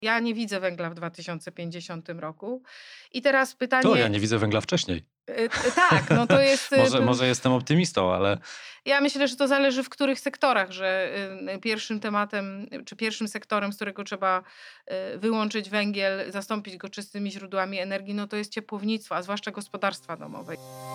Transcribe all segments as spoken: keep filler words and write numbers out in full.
Ja nie widzę węgla w dwa tysiące pięćdziesiątym roku. I teraz pytanie... To ja nie widzę węgla wcześniej. Y, Tak, no to jest... y, Może, może jestem optymistą, ale Ja myślę, że to zależy w których sektorach, że y, pierwszym tematem, czy pierwszym sektorem, z którego trzeba y, wyłączyć węgiel, zastąpić go czystymi źródłami energii, no to jest ciepłownictwo, a zwłaszcza gospodarstwa domowe.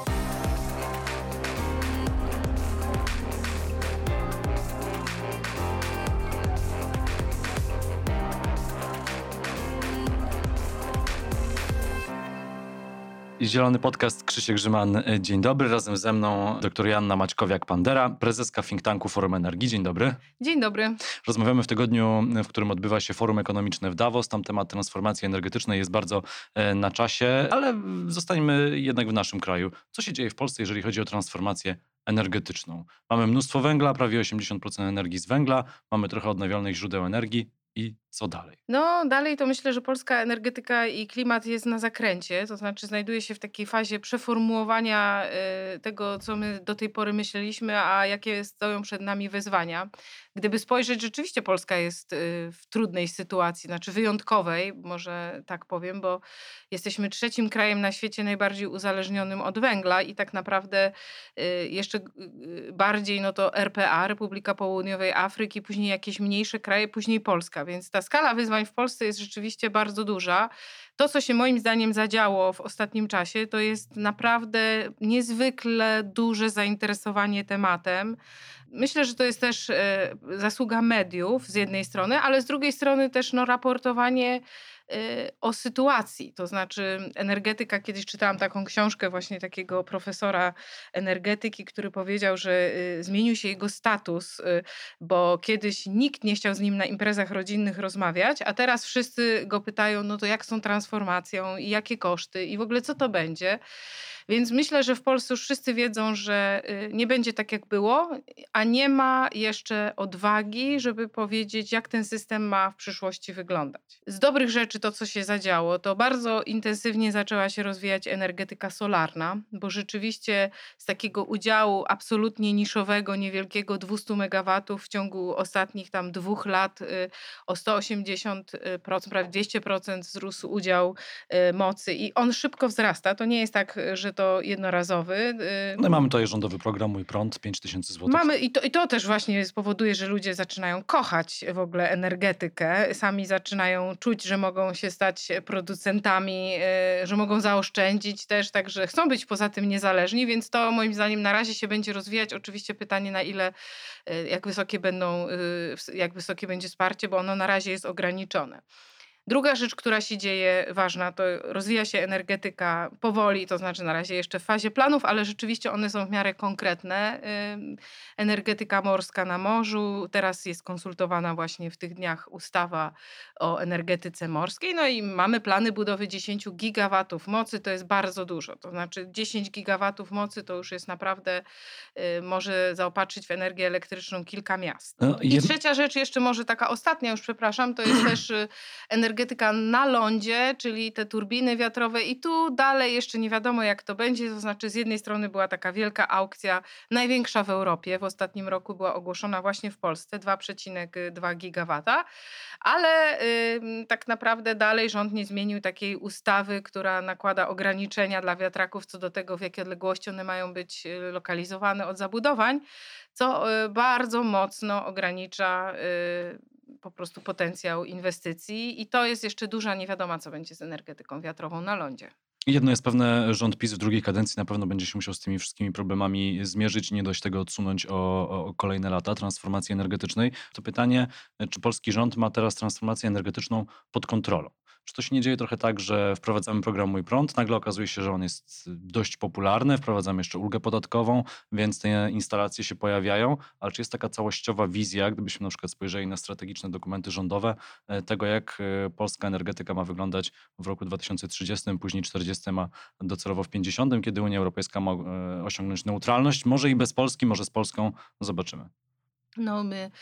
Zielony Podcast, Krzysiek Grzyman. Dzień dobry. Razem ze mną dr Joanna Maćkowiak-Pandera, prezeska think tanku Forum Energii. Dzień dobry. Dzień dobry. Rozmawiamy w tygodniu, w którym odbywa się Forum Ekonomiczne w Davos. Tam temat transformacji energetycznej jest bardzo na czasie, ale zostańmy jednak w naszym kraju. Co się dzieje w Polsce, jeżeli chodzi o transformację energetyczną? Mamy mnóstwo węgla, prawie osiemdziesiąt procent energii z węgla, mamy trochę odnawialnych źródeł energii. I co dalej? No dalej to myślę, że polska energetyka i klimat jest na zakręcie, to znaczy znajduje się w takiej fazie przeformułowania y, tego, co my do tej pory myśleliśmy, a jakie stoją przed nami wyzwania. Gdyby spojrzeć, rzeczywiście Polska jest y, w trudnej sytuacji, znaczy wyjątkowej, może tak powiem, bo jesteśmy trzecim krajem na świecie najbardziej uzależnionym od węgla i tak naprawdę y, jeszcze y, bardziej no to R P A, Republika Południowej Afryki, później jakieś mniejsze kraje, później Polska. Więc ta skala wyzwań w Polsce jest rzeczywiście bardzo duża. To, co się moim zdaniem zadziało w ostatnim czasie, to jest naprawdę niezwykle duże zainteresowanie tematem. Myślę, że to jest też e, zasługa mediów z jednej strony, ale z drugiej strony też no, raportowanie e, o sytuacji. To znaczy energetyka, kiedyś czytałam taką książkę właśnie takiego profesora energetyki, który powiedział, że e, zmienił się jego status, e, bo kiedyś nikt nie chciał z nim na imprezach rodzinnych rozmawiać, a teraz wszyscy go pytają, no to jak z tą transformacją i jakie koszty i w ogóle co to będzie. Więc myślę, że w Polsce już wszyscy wiedzą, że y, nie będzie tak jak było, a nie ma jeszcze odwagi, żeby powiedzieć, jak ten system ma w przyszłości wyglądać. Z dobrych rzeczy to, co się zadziało, to bardzo intensywnie zaczęła się rozwijać energetyka solarna, bo rzeczywiście z takiego udziału absolutnie niszowego, niewielkiego dwieście megawatów w ciągu ostatnich tam dwóch lat y, o sto osiemdziesiąt procent, prawie dwieście procent wzrósł udział y, mocy i on szybko wzrasta. To nie jest tak, że to jednorazowy. y, No i mamy tutaj rządowy program Mój Prąd, pięć tysięcy złotych. Mamy i to, i to też właśnie spowoduje, że ludzie zaczynają kochać w ogóle energetykę. Sami zaczynają czuć, że mogą się stać producentami, y, że mogą zaoszczędzić też, także chcą być poza tym niezależni, więc to moim zdaniem na razie się będzie rozwijać. Oczywiście pytanie, na ile, y, jak wysokie będą, y, jak wysokie będzie wsparcie, bo ono na razie jest ograniczone. Druga rzecz, która się dzieje ważna, to rozwija się energetyka powoli, to znaczy na razie jeszcze w fazie planów, ale rzeczywiście one są w miarę konkretne. Ym, Energetyka morska na morzu, teraz jest konsultowana właśnie w tych dniach ustawa o energetyce morskiej, no i mamy plany budowy dziesięć gigawatów mocy, to jest bardzo dużo, to znaczy dziesięć gigawatów mocy to już jest naprawdę, y, może zaopatrzyć w energię elektryczną kilka miast. No, I jed- trzecia rzecz, jeszcze może taka ostatnia, już przepraszam, to jest też y, energetyka na lądzie, czyli te turbiny wiatrowe i tu dalej jeszcze nie wiadomo jak to będzie, to znaczy z jednej strony była taka wielka aukcja, największa w Europie, w ostatnim roku była ogłoszona właśnie w Polsce, dwa przecinek dwa gigawata, ale y, tak naprawdę dalej rząd nie zmienił takiej ustawy, która nakłada ograniczenia dla wiatraków co do tego, w jakiej odległości one mają być y, lokalizowane od zabudowań, co y, bardzo mocno ogranicza y, po prostu potencjał inwestycji i to jest jeszcze duża niewiadoma, co będzie z energetyką wiatrową na lądzie. Jedno jest pewne, rząd PiS w drugiej kadencji na pewno będzie się musiał z tymi wszystkimi problemami zmierzyć i nie dość tego odsunąć o, o kolejne lata transformacji energetycznej. To pytanie, czy polski rząd ma teraz transformację energetyczną pod kontrolą? Czy to się nie dzieje trochę tak, że wprowadzamy program Mój Prąd, nagle okazuje się, że on jest dość popularny, wprowadzamy jeszcze ulgę podatkową, więc te instalacje się pojawiają, ale czy jest taka całościowa wizja, gdybyśmy na przykład spojrzeli na strategiczne dokumenty rządowe, e, tego jak e, polska energetyka ma wyglądać w roku dwa tysiące trzydziestym, później czterdziestym, a docelowo w pięćdziesiątym, kiedy Unia Europejska ma e, osiągnąć neutralność, może i bez Polski, może z Polską, no zobaczymy. No my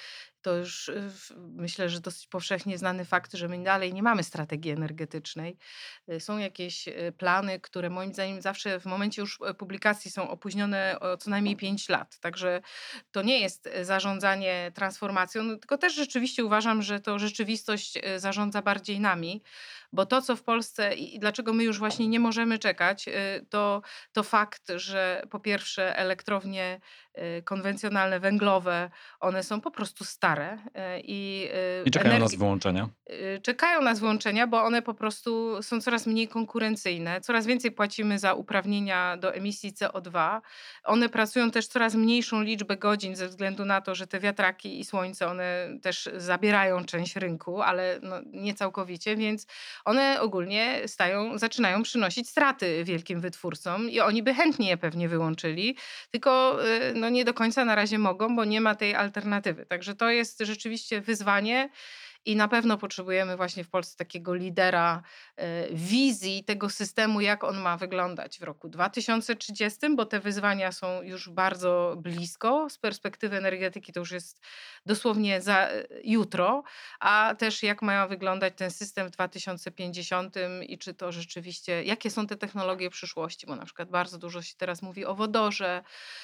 To już y, w- myślę, że dosyć powszechnie znany fakt, że my dalej nie mamy strategii energetycznej. Y, Są jakieś y, plany, które moim zdaniem zawsze w momencie już e, publikacji są opóźnione o co najmniej pięć lat. Także to nie jest e, zarządzanie transformacją, no, tylko też rzeczywiście uważam, że to rzeczywistość e, zarządza bardziej nami, bo to, co w Polsce i i dlaczego my już właśnie nie możemy czekać, y, to, to fakt, że po pierwsze elektrownie y, konwencjonalne, węglowe, one są po prostu stare e, i I y, czekają nas energi- wyłączenia. y, czekają na złączenia, bo one po prostu są coraz mniej konkurencyjne. Coraz więcej płacimy za uprawnienia do emisji C O dwa. One pracują też coraz mniejszą liczbę godzin ze względu na to, że te wiatraki i słońce, one też zabierają część rynku, ale no nie całkowicie, więc one ogólnie stają, zaczynają przynosić straty wielkim wytwórcom i oni by chętnie je pewnie wyłączyli, tylko y, no nie do końca na razie mogą, bo nie ma tej alternatywy. Także to jest rzeczywiście wyzwanie i na pewno potrzebujemy właśnie w Polsce takiego lidera e, wizji tego systemu, jak on ma wyglądać w roku dwa tysiące trzydziestym, bo te wyzwania są już bardzo blisko. Z perspektywy energetyki to już jest dosłownie za e, jutro, a też jak ma wyglądać ten system w dwa tysiące pięćdziesiątym i czy to rzeczywiście, jakie są te technologie przyszłości, bo na przykład bardzo dużo się teraz mówi o wodorze,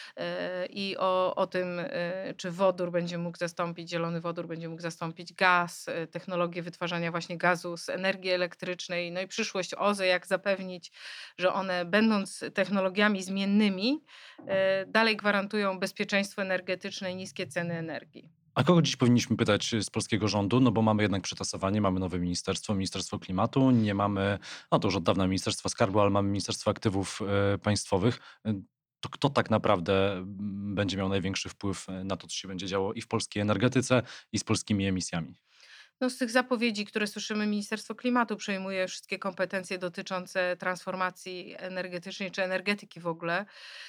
e, i o, o tym, e, czy wodór będzie mógł zastąpić, zielony wodór będzie mógł zastąpić gaz, e, technologie wytwarzania właśnie gazu z energii elektrycznej, no i przyszłość O Z E, jak zapewnić, że one będąc technologiami zmiennymi, e, dalej gwarantują bezpieczeństwo energetyczne i niskie ceny energii. A kogo dziś powinniśmy pytać z polskiego rządu? No bo mamy jednak przetasowanie, mamy nowe ministerstwo, Ministerstwo Klimatu, nie mamy, no to już od dawna Ministerstwa Skarbu, ale mamy Ministerstwo Aktywów e, Państwowych. E, To kto tak naprawdę mm, będzie miał największy wpływ e, na to, co się będzie działo i w polskiej energetyce, i z polskimi emisjami? No, z tych zapowiedzi, które słyszymy, Ministerstwo Klimatu przejmuje wszystkie kompetencje dotyczące transformacji energetycznej czy energetyki w ogóle.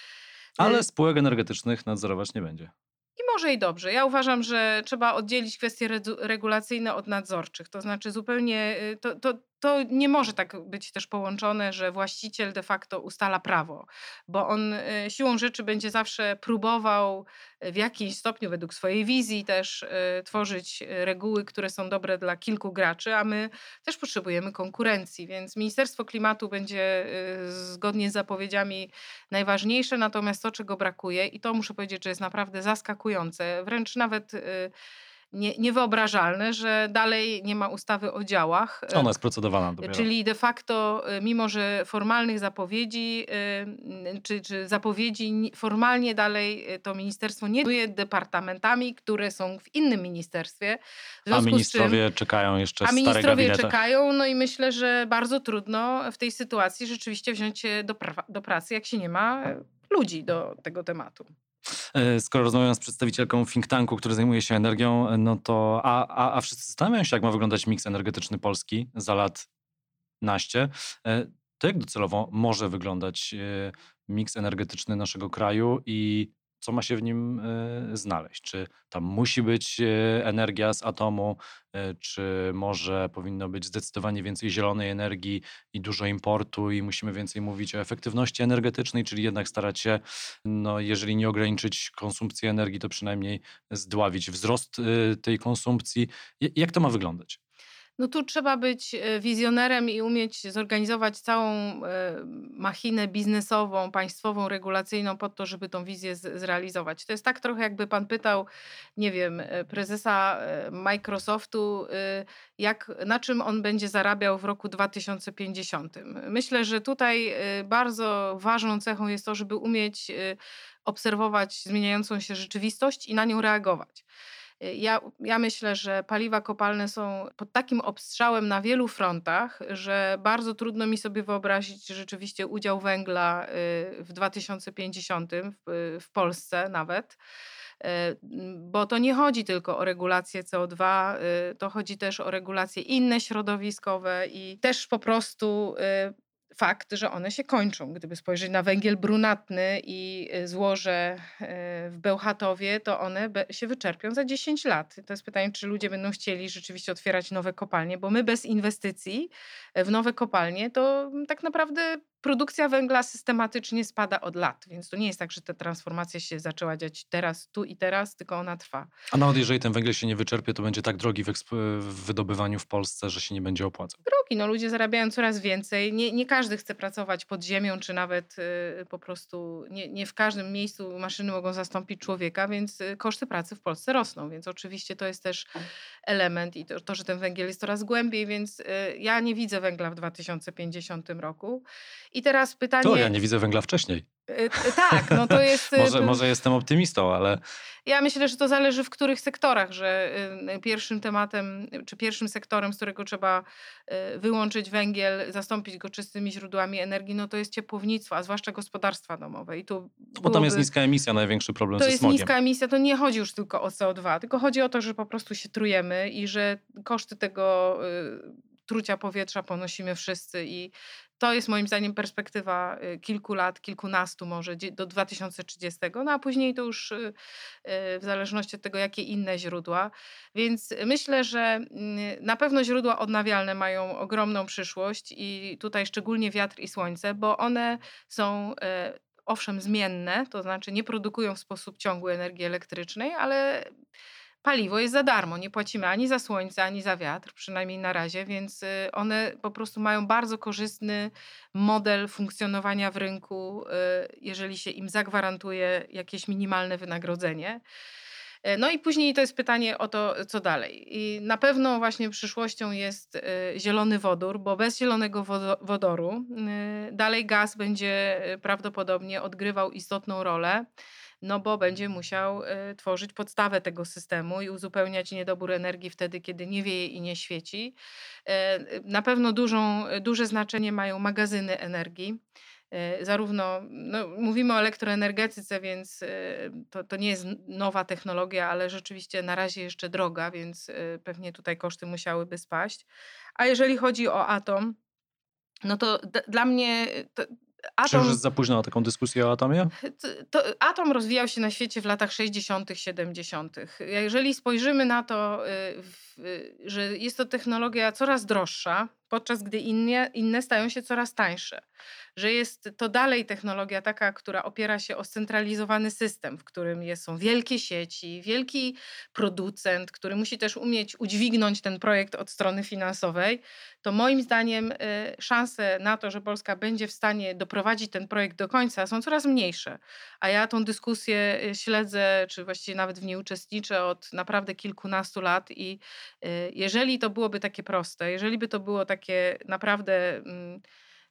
Ale Y, spółek energetycznych nadzorować nie będzie. I może i dobrze. Ja uważam, że trzeba oddzielić kwestie redzu- regulacyjne od nadzorczych. To znaczy zupełnie y, to, to, to nie może tak być też połączone, że właściciel de facto ustala prawo, bo on y, siłą rzeczy będzie zawsze próbował y, w jakimś stopniu, według swojej wizji też y, tworzyć y, reguły, które są dobre dla kilku graczy, a my też potrzebujemy konkurencji, więc Ministerstwo Klimatu będzie y, zgodnie z zapowiedziami najważniejsze, natomiast to, czego brakuje, i to muszę powiedzieć, że jest naprawdę zaskakujące, wręcz nawet y, nie, niewyobrażalne, że dalej nie ma ustawy o działach. Ona y, jest procedowana dopiero. Czyli de facto, y, mimo że formalnych zapowiedzi, y, czy, czy zapowiedzi ni- formalnie dalej y, to ministerstwo nie zajmuje departamentami, które są w innym ministerstwie. W A związku z czym ministrowie czekają jeszcze a w starych ministrowie gabinetach. czekają, no i myślę, że bardzo trudno w tej sytuacji rzeczywiście wziąć się do, pra- do pracy, jak się nie ma e, ludzi do tego tematu. E, Skoro rozmawiam z przedstawicielką think tanku, który zajmuje się energią, e, no to a, a, a wszyscy zastanawiają się, jak ma wyglądać miks energetyczny Polski za lat naście. E, To jak docelowo może wyglądać e, miks energetyczny naszego kraju i co ma się w nim e, znaleźć? Czy tam musi być e, energia z atomu, e, czy może powinno być zdecydowanie więcej zielonej energii i dużo importu i musimy więcej mówić o efektywności energetycznej, czyli jednak starać się, no, jeżeli nie ograniczyć konsumpcji energii, to przynajmniej zdławić wzrost e, tej konsumpcji. J- Jak to ma wyglądać? No tu trzeba być e, wizjonerem i umieć zorganizować całą e, machinę biznesową, państwową, regulacyjną po to, żeby tą wizję z, zrealizować. To jest tak trochę jakby pan pytał, nie wiem, e, prezesa e, Microsoftu, e, jak, na czym on będzie zarabiał w roku dwa tysiące pięćdziesiątym. Myślę, że tutaj e, bardzo ważną cechą jest to, żeby umieć e, obserwować zmieniającą się rzeczywistość i na nią reagować. Ja, ja myślę, że paliwa kopalne są pod takim obstrzałem na wielu frontach, że bardzo trudno mi sobie wyobrazić rzeczywiście udział węgla y, w dwa tysiące pięćdziesiątym w, w Polsce nawet. Y, Bo to nie chodzi tylko o regulację C O dwa, y, to chodzi też o regulacje inne środowiskowe i też po prostu y, fakt, że one się kończą. Gdyby spojrzeć na węgiel brunatny i y, złoże y, w Bełchatowie, to one be- się wyczerpią za dziesięć lat. To jest pytanie, czy ludzie będą chcieli rzeczywiście otwierać nowe kopalnie, bo my bez inwestycji w nowe kopalnie to tak naprawdę produkcja węgla systematycznie spada od lat, więc to nie jest tak, że ta transformacja się zaczęła dziać teraz, tu i teraz, tylko ona trwa. A nawet jeżeli ten węgiel się nie wyczerpie, to będzie tak drogi w, eksp- w wydobywaniu w Polsce, że się nie będzie opłacał. Drogi, no ludzie zarabiają coraz więcej. Nie, nie każdy chce pracować pod ziemią, czy nawet y, po prostu nie, nie w każdym miejscu maszyny mogą zastąpić człowieka, więc y, koszty pracy w Polsce rosną, więc oczywiście to jest też element i to, to że ten węgiel jest coraz głębiej, więc y, ja nie widzę węgla w dwa tysiące pięćdziesiątym roku. I teraz To ja pytanie... nie widzę węgla wcześniej. y, y, Tak, no to jest... y, Może, może jestem optymistą, ale Ja myślę, że to zależy w których sektorach, że y, pierwszym tematem, czy pierwszym sektorem, z którego trzeba y, wyłączyć węgiel, zastąpić go czystymi źródłami energii, no to jest ciepłownictwo, a zwłaszcza gospodarstwa domowe. I tu no bo tam jest byłoby- niska emisja, największy problem to ze jest smogiem. niska emisja, to nie chodzi już tylko o C O dwa, tylko chodzi o to, że po prostu się trujemy i że koszty tego y, trucia powietrza ponosimy wszyscy i to jest moim zdaniem perspektywa y, kilku lat, kilkunastu może, dzie- do dwa tysiące trzydziestego, no a później to już y, y, w zależności od tego, jakie inne źródła. Więc myślę, że mm, na pewno źródła odnawialne mają ogromną przyszłość i tutaj szczególnie wiatr i słońce, bo one są e, owszem zmienne, to znaczy nie produkują w sposób ciągły energii elektrycznej, ale paliwo jest za darmo. Nie płacimy ani za słońce, ani za wiatr, przynajmniej na razie, więc y, one po prostu mają bardzo korzystny model funkcjonowania w rynku, y, jeżeli się im zagwarantuje jakieś minimalne wynagrodzenie. E, No i później to jest pytanie o to, co dalej. I na pewno właśnie przyszłością jest y, zielony wodór, bo bez zielonego wodo- wodoru y, dalej gaz będzie y, prawdopodobnie odgrywał istotną rolę, no bo będzie musiał y, tworzyć podstawę tego systemu i uzupełniać niedobór energii wtedy, kiedy nie wieje i nie świeci. E, Na pewno dużą, duże znaczenie mają magazyny energii. E, Zarówno, no, mówimy o elektroenergetyce, więc e, to, to nie jest n- nowa technologia, ale rzeczywiście na razie jeszcze droga, więc e, pewnie tutaj koszty musiałyby spaść. A jeżeli chodzi o atom, no to d- dla mnie to, Czy już atom jest za późno na taką dyskusję o atomie? to, to atom rozwijał się na świecie w latach sześćdziesiątych, siedemdziesiątych. Jeżeli spojrzymy na to, y, w, y, że jest to technologia coraz droższa, podczas gdy inne, inne stają się coraz tańsze. Że jest to dalej technologia taka, która opiera się o scentralizowany system, w którym jest, są wielkie sieci, wielki producent, który musi też umieć udźwignąć ten projekt od strony finansowej, to moim zdaniem y, szanse na to, że Polska będzie w stanie doprowadzić ten projekt do końca są coraz mniejsze. A ja tą dyskusję y, śledzę, czy właściwie nawet w niej uczestniczę od naprawdę kilkunastu lat i y, jeżeli to byłoby takie proste, jeżeli by to było takie naprawdę mm,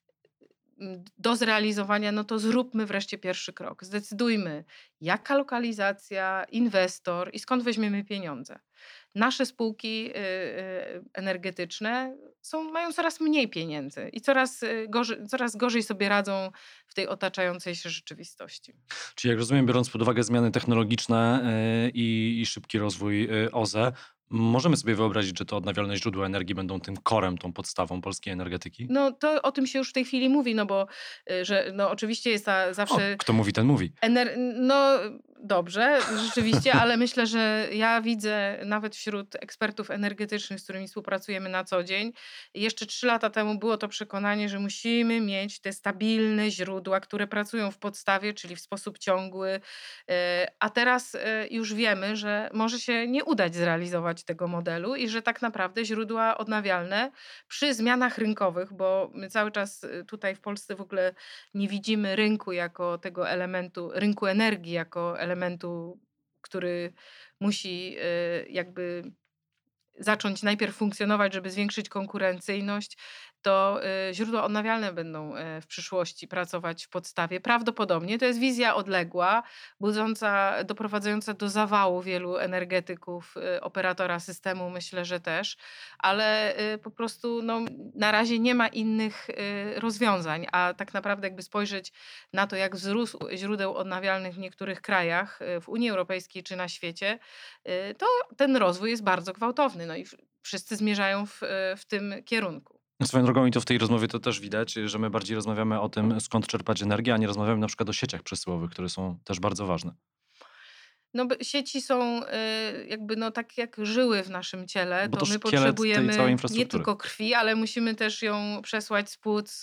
mm, do zrealizowania, no to zróbmy wreszcie pierwszy krok. Zdecydujmy, jaka lokalizacja, inwestor i skąd weźmiemy pieniądze. Nasze spółki y, y, energetyczne są, mają coraz mniej pieniędzy i coraz, y, gorzej, coraz gorzej sobie radzą w tej otaczającej się rzeczywistości. Czyli jak rozumiem, biorąc pod uwagę zmiany technologiczne y, i, i szybki rozwój y, O Z E, możemy sobie wyobrazić, że te odnawialne źródła energii będą tym korem, tą podstawą polskiej energetyki? No to o tym się już w tej chwili mówi, no bo y, że no oczywiście jest ta O, zawsze kto mówi, ten mówi. Ener- no dobrze, rzeczywiście, ale myślę, że ja widzę nawet wśród ekspertów energetycznych, z którymi współpracujemy na co dzień, jeszcze trzy lata temu było to przekonanie, że musimy mieć te stabilne źródła, które pracują w podstawie, czyli w sposób ciągły, e, a teraz e, już wiemy, że może się nie udać zrealizować tego modelu i że tak naprawdę źródła odnawialne przy zmianach rynkowych, bo my cały czas y, tutaj w Polsce w ogóle nie widzimy rynku jako tego elementu, rynku energii jako elementu, który musi y, jakby zacząć najpierw funkcjonować, żeby zwiększyć konkurencyjność, to y, źródła odnawialne będą y, w przyszłości pracować w podstawie. Prawdopodobnie to jest wizja odległa, budząca, doprowadzająca do zawału wielu energetyków, y, operatora systemu, myślę, że też, ale y, po prostu no, na razie nie ma innych y, rozwiązań, a tak naprawdę jakby spojrzeć na to, jak wzrósł źródeł odnawialnych w niektórych krajach, y, w Unii Europejskiej czy na świecie, y, to ten rozwój jest bardzo gwałtowny. No i w- wszyscy zmierzają w, y, w tym kierunku. Swoją drogą i to w tej rozmowie to też widać, że my bardziej rozmawiamy o tym, skąd czerpać energię, a nie rozmawiamy na przykład o sieciach przesyłowych, które są też bardzo ważne. No b sieci są, y, jakby, no, tak jak żyły w naszym ciele, Bo to to my szkielet tej całej potrzebujemy nie infrastruktury. tylko krwi, ale musimy też ją przesłać z płuc, y,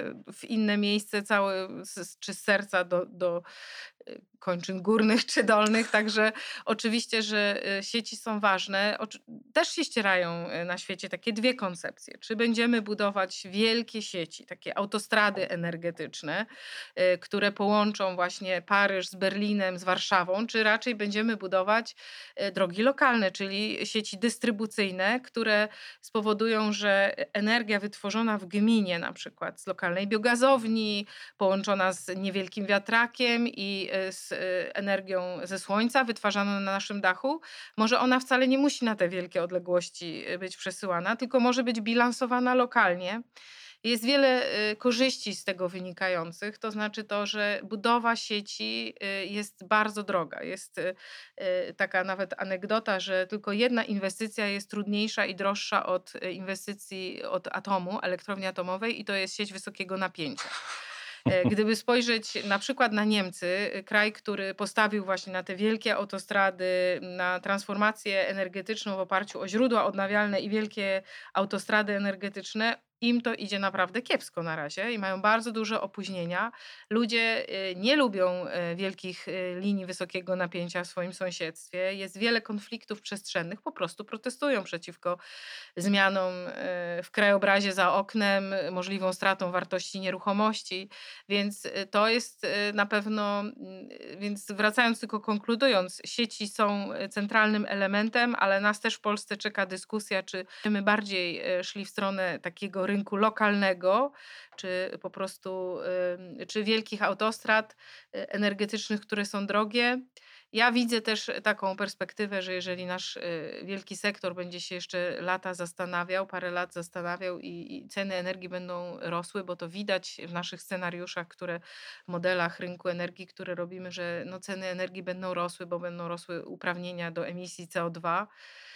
w inne miejsce całe z z czy z serca do do, y, kończyn górnych czy dolnych. Także oczywiście, że, y, sieci są ważne. Oczy też się ścierają, y, na świecie takie dwie koncepcje. Czy będziemy budować wielkie sieci, takie autostrady energetyczne, y, które połączą właśnie Paryż z Berlinem, z Warszawą, czy raczej będziemy budować, y, drogi lokalne, czyli sieci dystrybucyjne, które spowodują, że e energia wytworzona w gminie, na przykład z lokalnej biogazowni, połączona z niewielkim wiatrakiem i, y, z, y, energią ze słońca wytwarzaną na naszym dachu, może ona wcale nie musi na te wielkie odległości, y, być przesyłana, tylko może być bilansowana lokalnie. Jest wiele, y, korzyści z tego wynikających, to znaczy to, że budowa sieci, y, jest bardzo droga. Jest, y, y, taka nawet anegdota, że tylko jedna inwestycja jest trudniejsza i droższa od, y, inwestycji od atomu, elektrowni atomowej i to jest sieć wysokiego napięcia. E, gdyby spojrzeć na przykład na Niemcy, y, kraj, który postawił właśnie na te wielkie autostrady, na transformację energetyczną w oparciu o źródła odnawialne i wielkie autostrady energetyczne, im to idzie naprawdę kiepsko na razie i mają bardzo duże opóźnienia. Ludzie, y, nie lubią, y, wielkich, y, linii wysokiego napięcia w swoim sąsiedztwie. Jest wiele konfliktów przestrzennych, po prostu protestują przeciwko zmianom, y, w krajobrazie za oknem, y, możliwą stratą wartości nieruchomości. Więc, y, to jest, y, na pewno mm, y, więc wracając, tylko konkludując, sieci są, y, centralnym elementem, ale nas też w Polsce czeka dyskusja, czy będziemy bardziej, y, szli w stronę takiego rynku lokalnego, czy po prostu, ym, czy wielkich autostrad, y, energetycznych, które są drogie. Ja widzę też taką perspektywę, że jeżeli nasz, y, wielki sektor będzie się jeszcze lata zastanawiał, parę lat zastanawiał i i ceny energii będą rosły, bo to widać w naszych scenariuszach, które w modelach rynku energii, które robimy, że, no, ceny energii będą rosły, bo będą rosły uprawnienia do emisji C O dwa.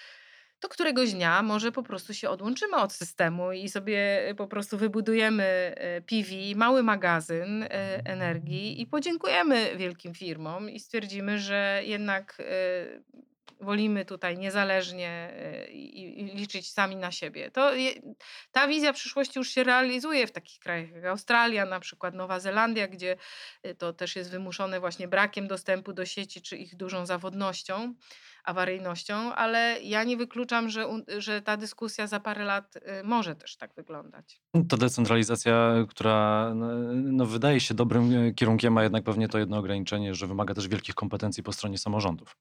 To któregoś dnia może po prostu się odłączymy od systemu i sobie, y, po prostu wybudujemy, y, P V, mały magazyn, y, energii i podziękujemy wielkim firmom i stwierdzimy, że jednak, y, wolimy tutaj niezależnie, y, i i liczyć sami na siebie. To je ta wizja przyszłości już się realizuje w takich krajach jak Australia, na przykład Nowa Zelandia, gdzie, y, to też jest wymuszone właśnie brakiem dostępu do sieci czy ich dużą zawodnością, awaryjnością, ale ja nie wykluczam, że un że ta dyskusja za parę lat, y, może też tak wyglądać. Ta decentralizacja, która, no no wydaje się dobrym, e, kierunkiem, a jednak pewnie to jedno ograniczenie, że wymaga też wielkich kompetencji po stronie samorządów.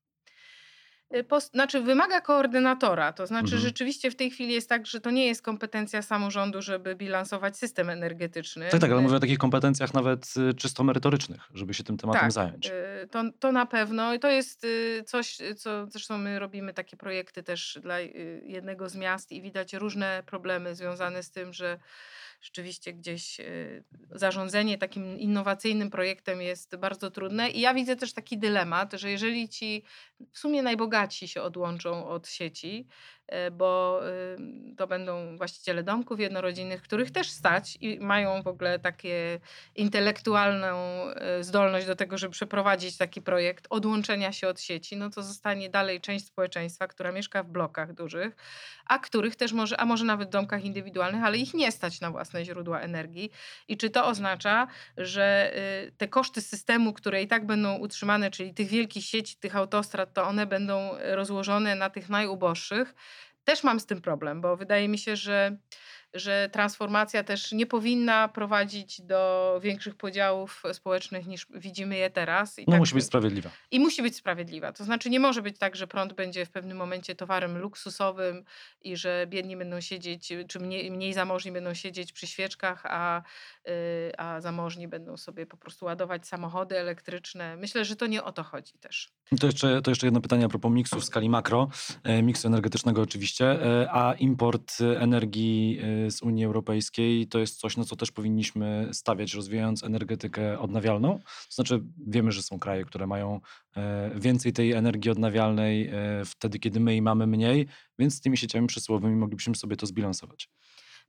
Y, pos znaczy wymaga koordynatora, to znaczy Mhm. rzeczywiście w tej chwili jest tak, że to nie jest kompetencja samorządu, żeby bilansować system energetyczny. Tak, tak, ale My mówię o takich kompetencjach nawet, y, czysto merytorycznych, żeby się tym tematem Tak, zająć. y, to to na pewno i to jest, y, coś, y, co zresztą my robimy takie projekty też dla, y, jednego z miast i widać różne problemy związane z tym, że rzeczywiście gdzieś, y, zarządzanie takim innowacyjnym projektem jest bardzo trudne. I ja widzę też taki dylemat, że jeżeli ci w sumie najbogatsi się odłączą od sieci, y, bo, ym, to będą właściciele domków jednorodzinnych, których też stać i mają w ogóle takie intelektualną, y, zdolność do tego, żeby przeprowadzić taki projekt odłączenia się od sieci, no to zostanie dalej część społeczeństwa, która mieszka w blokach dużych, a których też może a może nawet w domkach indywidualnych, ale ich nie stać na własne źródła energii. I czy to oznacza, że, y, te koszty systemu, które i tak będą utrzymane, czyli tych wielkich sieci, tych autostrad, to one będą, y, rozłożone na tych najuboższych? Też mam z tym problem, bo wydaje mi się, że że transformacja też nie powinna prowadzić do większych podziałów, e, społecznych niż widzimy je teraz i No tak musi być sprawiedliwa. i musi być sprawiedliwa. To znaczy nie może być tak, że prąd będzie w pewnym momencie towarem luksusowym i że biedni będą siedzieć, y, czy mniej mniej zamożni będą siedzieć przy świeczkach, a, y, a zamożni będą sobie po prostu ładować samochody elektryczne. Myślę, że to nie o to chodzi też. To jeszcze to jeszcze jedno pytanie a propos miksu w skali makro, e, miksu energetycznego oczywiście, e, a import, y, energii, y, z Unii Europejskiej to jest coś, na co też powinniśmy stawiać, rozwijając energetykę odnawialną? To znaczy wiemy, że są kraje, które mają, e, więcej tej energii odnawialnej, e, wtedy, kiedy my jej mamy mniej, więc z tymi sieciami przesyłowymi moglibyśmy sobie to zbilansować.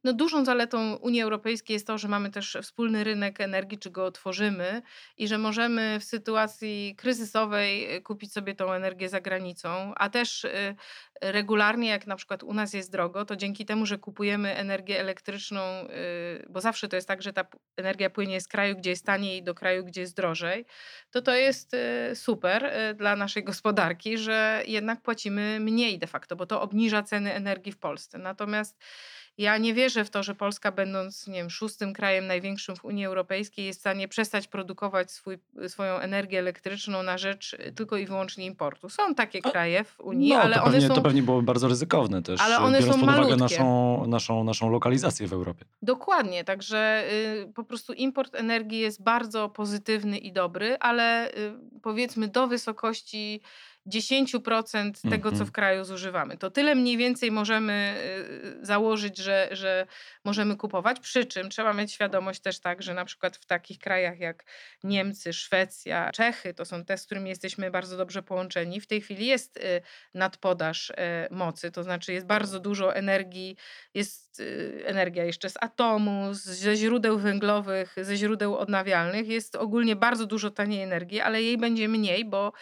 No, dużą zaletą Unii Europejskiej jest to, że mamy też wspólny rynek energii, czy go tworzymy i że możemy w sytuacji kryzysowej y, kupić sobie tą energię za granicą, a też y, regularnie, jak na przykład u nas jest drogo, to dzięki temu, że kupujemy energię elektryczną, y, bo zawsze to jest tak, że ta p- energia płynie z kraju, gdzie jest taniej, do kraju, gdzie jest drożej, to to jest y, super y, dla naszej gospodarki, że jednak płacimy mniej de facto, bo to obniża ceny energii w Polsce. Natomiast ja nie wierzę w to, że Polska, będąc, nie wiem, szóstym krajem największym w Unii Europejskiej, jest w stanie przestać produkować swój, swoją energię elektryczną na rzecz y, tylko i wyłącznie importu. Są takie A, kraje w Unii, no, to ale one pewnie, to są, pewnie byłoby bardzo ryzykowne ale też, e, one biorąc są pod uwagę malutkie. naszą, naszą, naszą lokalizację w Europie. Dokładnie, także y, po prostu import energii jest bardzo pozytywny i dobry, ale y, powiedzmy do wysokości dziesięć procent tego, co w Mhm. kraju zużywamy. To tyle mniej więcej możemy y, założyć, że, że możemy kupować. Przy czym trzeba mieć świadomość też tak, że na przykład w takich krajach jak Niemcy, Szwecja, Czechy, to są te, z którymi jesteśmy bardzo dobrze połączeni. W tej chwili jest y, nadpodaż y, mocy, to znaczy jest bardzo dużo energii, jest y, energia jeszcze z atomu, z, ze źródeł węglowych, ze źródeł odnawialnych. Jest ogólnie bardzo dużo taniej energii, ale jej będzie mniej, bo,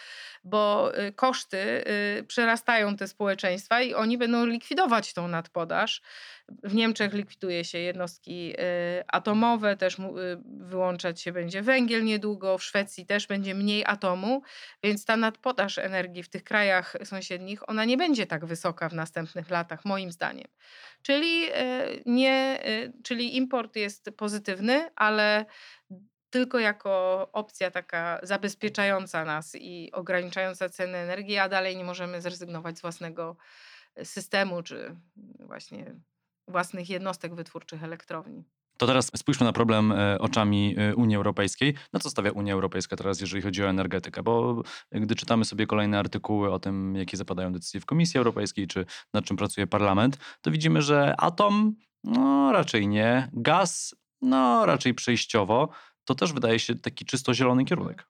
bo y, koszty y, przerastają te społeczeństwa i oni będą likwidować tą nadpodaż. W Niemczech likwiduje się jednostki y, atomowe, też mu- y, wyłączać się będzie węgiel niedługo, w Szwecji też będzie mniej atomu, więc ta nadpodaż energii w tych krajach sąsiednich, ona nie będzie tak wysoka w następnych latach, moim zdaniem. Czyli, e, nie, e, czyli import jest pozytywny, ale tylko jako opcja taka zabezpieczająca nas i ograniczająca ceny energii, a dalej nie możemy zrezygnować z własnego systemu, czy właśnie własnych jednostek wytwórczych elektrowni. To teraz spójrzmy na problem e, oczami e, Unii Europejskiej. Na co stawia Unia Europejska teraz, jeżeli chodzi o energetykę? Bo gdy czytamy sobie kolejne artykuły o tym, jakie zapadają decyzje w Komisji Europejskiej, czy nad czym pracuje Parlament, to widzimy, że atom, no raczej nie, gaz, no raczej przejściowo. To też wydaje się taki czysto zielony kierunek.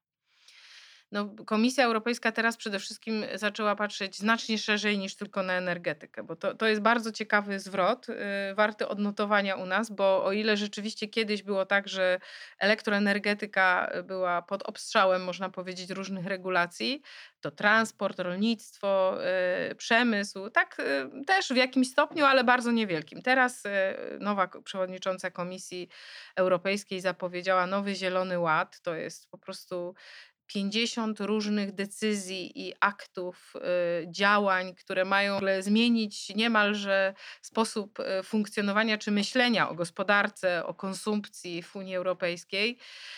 No, Komisja Europejska teraz przede wszystkim zaczęła patrzeć znacznie szerzej niż tylko na energetykę, bo to, to jest bardzo ciekawy zwrot, y, warty odnotowania u nas, bo o ile rzeczywiście kiedyś było tak, że elektroenergetyka była pod obstrzałem, można powiedzieć, różnych regulacji, to transport, rolnictwo, y, przemysł, tak y, też w jakimś stopniu, ale bardzo niewielkim. Teraz y, nowa k- przewodnicząca Komisji Europejskiej zapowiedziała nowy Zielony Ład, to jest po prostu pięćdziesiąt różnych decyzji i aktów, y, działań, które mają w ogóle zmienić niemalże sposób y, funkcjonowania czy myślenia o gospodarce, o konsumpcji w Unii Europejskiej.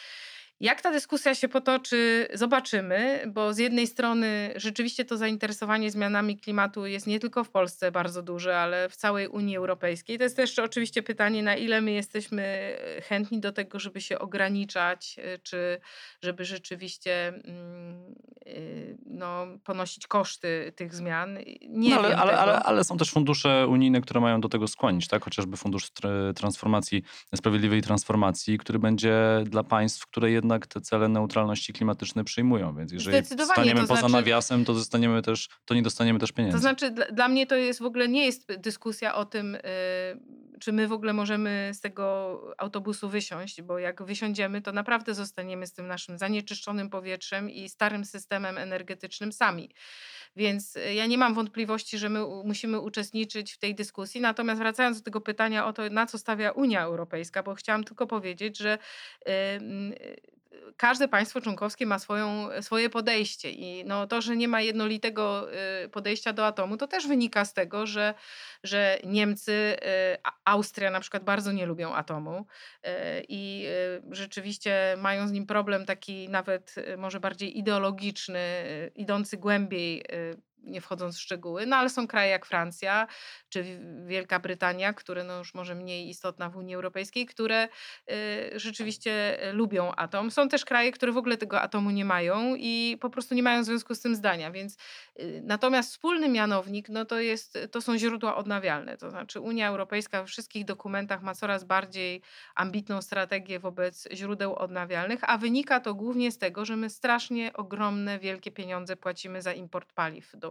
Jak ta dyskusja się potoczy, zobaczymy, bo z jednej strony rzeczywiście to zainteresowanie zmianami klimatu jest nie tylko w Polsce bardzo duże, ale w całej Unii Europejskiej. To jest też oczywiście pytanie, na ile my jesteśmy e, chętni do tego, żeby się ograniczać, e, czy żeby rzeczywiście mm, y, no, ponosić koszty tych zmian. No Nie ale, wiem ale, ale, tego. ale są też fundusze unijne, które mają do tego skłonić, tak? Chociażby Fundusz Tr- Transformacji, Sprawiedliwej Transformacji, który będzie dla państw, które jednak te cele neutralności klimatycznej przyjmują. Więc jeżeli Zdecydowanie, staniemy to poza znaczy nawiasem, to zostaniemy też, to nie dostaniemy też To pieniędzy. znaczy, dla, dla mnie to jest w ogóle nie jest dyskusja o tym, y, czy my w ogóle możemy z tego autobusu wysiąść, bo jak wysiądziemy, to naprawdę zostaniemy z tym naszym zanieczyszczonym powietrzem i starym systemem energetycznym sami. Więc y, ja nie mam wątpliwości, że my u- musimy uczestniczyć w tej dyskusji. Natomiast wracając do tego pytania o to, na co stawia Unia Europejska, bo chciałam tylko powiedzieć, że y, mm, y, każde państwo członkowskie ma swoją, swoje podejście i no to, że nie ma jednolitego y, podejścia do atomu, to też wynika z tego, że, że Niemcy, y, A- Austria na przykład bardzo nie lubią atomu y, i y, rzeczywiście mają z nim problem taki nawet y, może bardziej ideologiczny, y, idący głębiej, y, nie wchodząc w szczegóły, no ale są kraje jak Francja czy Wi- Wielka Brytania, które no już może mniej istotna w Unii Europejskiej, które y, rzeczywiście y, lubią atom. Są też kraje, które w ogóle tego atomu nie mają i po prostu nie mają w związku z tym zdania, więc y, natomiast wspólny mianownik no to jest, to są źródła odnawialne, to znaczy Unia Europejska we wszystkich dokumentach ma coraz bardziej ambitną strategię wobec źródeł odnawialnych, a wynika to głównie z tego, że my strasznie ogromne, wielkie pieniądze płacimy za import paliw do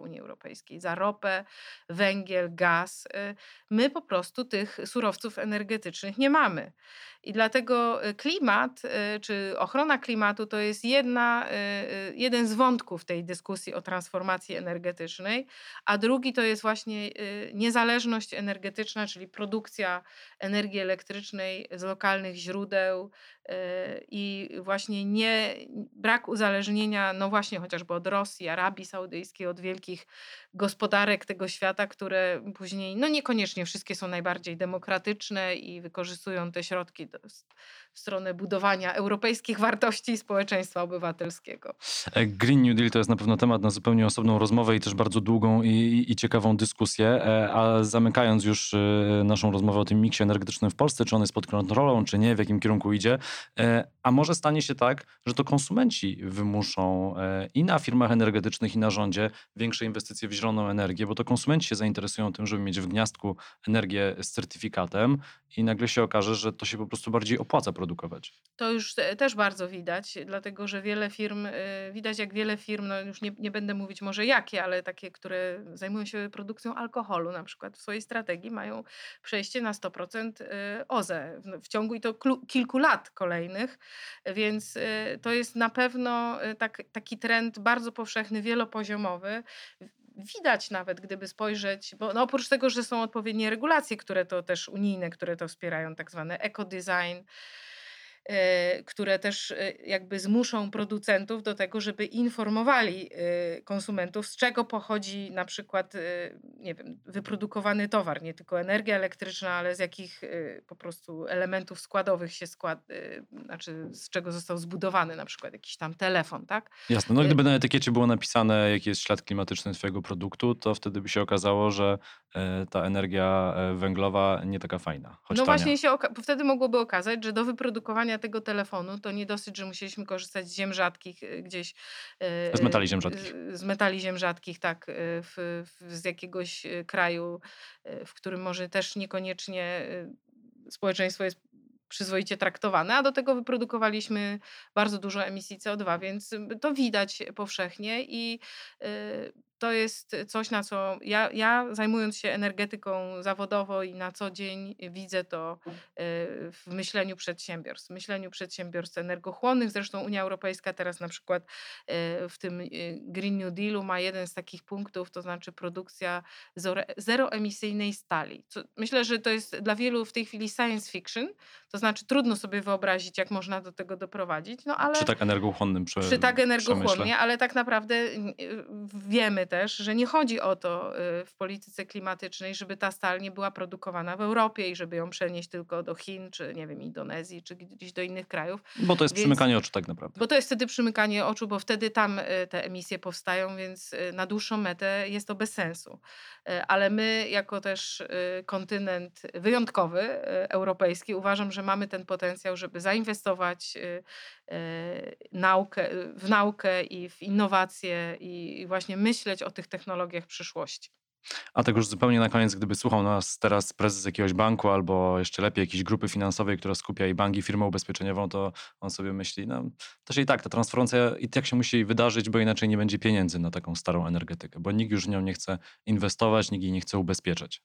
Unii Europejskiej, za ropę, węgiel, gaz. Y, My po prostu tych surowców energetycznych nie mamy. I dlatego y, klimat y, czy ochrona klimatu to jest jedna, y, y, jeden z wątków tej dyskusji o transformacji energetycznej, a drugi to jest właśnie y, niezależność energetyczna, czyli produkcja energii elektrycznej z lokalnych źródeł y, i właśnie nie, brak uzależnienia, no właśnie chociażby od Rosji, Arabii Saudyjskiej, od wielkich gospodarek tego świata, które później, no niekoniecznie wszystkie są najbardziej demokratyczne i wykorzystują te środki do, w stronę budowania europejskich wartości i społeczeństwa obywatelskiego. E, Green New Deal to jest na pewno temat na zupełnie osobną rozmowę i też bardzo długą i, i, i ciekawą dyskusję. E, A zamykając już e, naszą rozmowę o tym miksie energetycznym w Polsce, czy on jest pod kontrolą, czy nie, w jakim kierunku idzie, e, a może stanie się tak, że to konsumenci wymuszą e, i na firmach energetycznych, i na rządzie większe inwestycje w zieloną energię, bo to konsumenci się zainteresują tym, żeby mieć w gniazdku energię z certyfikatem i nagle się okaże, że to się po prostu bardziej opłaca produkować. To już te- też bardzo widać, dlatego że wiele firm, y, widać jak wiele firm, no już nie, nie będę mówić może jakie, ale takie, które zajmują się produkcją alkoholu na przykład w swojej strategii mają przejście na sto procent y, O Z E w, w ciągu i to klu- kilku lat kolejnych, więc y, to jest na pewno y, tak, taki trend bardzo powszechny, wielopoziomowy. Widać nawet, gdyby spojrzeć, bo no oprócz tego, że są odpowiednie regulacje, które to też unijne, które to wspierają, tak zwane eco-design, e, które też e, jakby zmuszą producentów do tego, żeby informowali e, konsumentów, z czego pochodzi na przykład, e, nie wiem, wyprodukowany towar, nie tylko energia elektryczna, ale z jakich e, po prostu elementów składowych się skład, e, znaczy z czego został zbudowany na przykład jakiś tam telefon, tak? Jasne, no E, gdyby na etykiecie było napisane, jaki jest ślad klimatyczny twojego produktu, to wtedy by się okazało, że e, ta energia e, węglowa nie taka fajna, choć No tania. właśnie się oka- bo wtedy mogłoby okazać, że do wyprodukowania tego telefonu to nie dosyć, że musieliśmy korzystać z ziem rzadkich y, gdzieś, y, Z metali ziem y, rzadkich. z z metali ziem rzadkich, tak, y, w, w, z jakiegoś y, kraju, y, w którym może też niekoniecznie y, społeczeństwo jest przyzwoicie traktowane, a do tego wyprodukowaliśmy bardzo dużo emisji C O dwa, więc y, to widać powszechnie i y, to jest coś, na co ja, ja zajmując się energetyką zawodowo i na co dzień widzę to y, w myśleniu przedsiębiorstw, w myśleniu przedsiębiorstw energochłonnych. Zresztą Unia Europejska teraz na przykład y, w tym y, Green New Dealu ma jeden z takich punktów, to znaczy produkcja zero- zeroemisyjnej stali. Co, myślę, że to jest dla wielu w tej chwili science fiction, to znaczy trudno sobie wyobrazić, jak można do tego doprowadzić, no Przy ale tak energochłonnym prze, przy tak przemyśle. energochłonnie, ale tak naprawdę y, wiemy też, że nie chodzi o to y, w polityce klimatycznej, żeby ta stal nie była produkowana w Europie i żeby ją przenieść tylko do Chin, czy nie wiem, Indonezji, czy gdzieś do innych krajów. Bo to jest Więc przymykanie oczu tak naprawdę. bo to jest wtedy przymykanie oczu, bo wtedy tam y, te emisje powstają, więc y, na dłuższą metę jest to bez sensu. Y, Ale my, jako też y, kontynent wyjątkowy, y, europejski, uważam, że mamy ten potencjał, żeby zainwestować y, y, naukę, w naukę i w innowacje i i właśnie myśleć o tych technologiach przyszłości. A tak już zupełnie na koniec, gdyby słuchał nas teraz prezes jakiegoś banku albo jeszcze lepiej jakiejś grupy finansowej, która skupia i banki, firmę ubezpieczeniową, to on sobie myśli, no to się i tak, ta transformacja i tak się musi wydarzyć, bo inaczej nie będzie pieniędzy na taką starą energetykę, bo nikt już w nią nie chce inwestować, nikt jej nie chce ubezpieczać.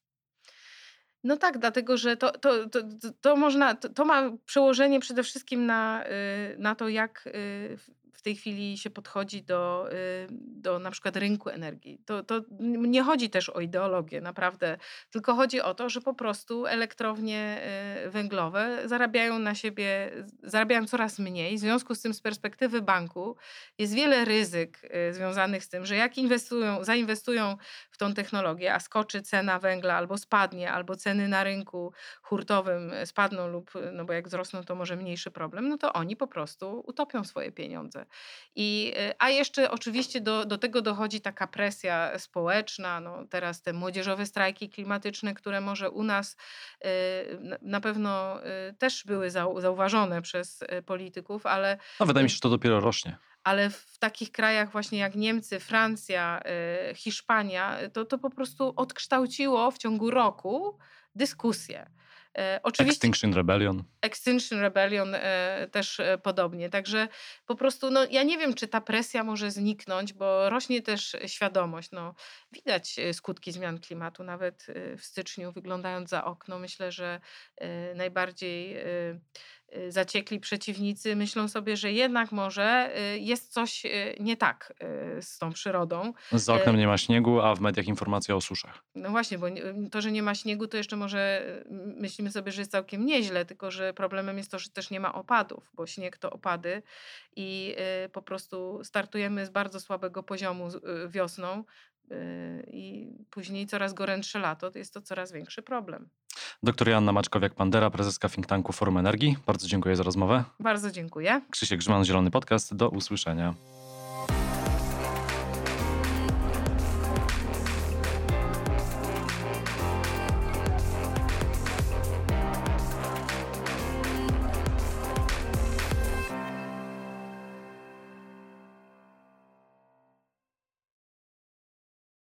No tak, dlatego że to, to, to, to, to można, to, to ma przełożenie przede wszystkim na, y, na to, jak y, w w tej chwili się podchodzi do, y, do na przykład rynku energii. To, to n- nie chodzi też o ideologię, naprawdę, tylko chodzi o to, że po prostu elektrownie y, węglowe zarabiają na siebie, zarabiają coraz mniej. W związku z tym z perspektywy banku jest wiele ryzyk y, związanych z tym, że jak inwestują, zainwestują w tą technologię, a skoczy cena węgla albo spadnie, albo ceny na rynku hurtowym spadną lub, no bo jak wzrosną, to może mniejszy problem, no to oni po prostu utopią swoje pieniądze. I, y, a jeszcze oczywiście do, do tego dochodzi taka presja społeczna, no teraz te młodzieżowe strajki klimatyczne, które może u nas y, na na pewno y, też były zau, zauważone przez y, polityków, ale No wydaje mi y, się, że to dopiero rośnie. ale w takich krajach właśnie jak Niemcy, Francja, y, Hiszpania, y, to, to po prostu odkształciło w ciągu roku dyskusję. E, oczywiście Extinction Rebellion. Extinction Rebellion e, też e, podobnie. Także po prostu, no ja nie wiem, czy ta presja może zniknąć, bo rośnie też świadomość. No, widać e, skutki zmian klimatu, nawet e, w styczniu, wyglądając za okno. Myślę, że e, najbardziej e, e, zaciekli przeciwnicy myślą sobie, że jednak może e, jest coś e, nie tak e, z tą przyrodą. Za E, oknem nie ma śniegu, a w mediach informacja o suszach. No właśnie, bo nie, to, że nie ma śniegu, to jeszcze może y, myślimy sobie, że jest całkiem nieźle, tylko że problemem jest to, że też nie ma opadów, bo śnieg to opady i y, po prostu startujemy z bardzo słabego poziomu z- y, wiosną y, i później coraz gorętsze lato, to jest to coraz większy problem. Doktor Joanna Maćkowiak-Pandera, prezeska think tanku Forum Energii. Bardzo dziękuję za rozmowę. Bardzo dziękuję. Krzysiek Grzyman, Zielony Podcast. Do usłyszenia.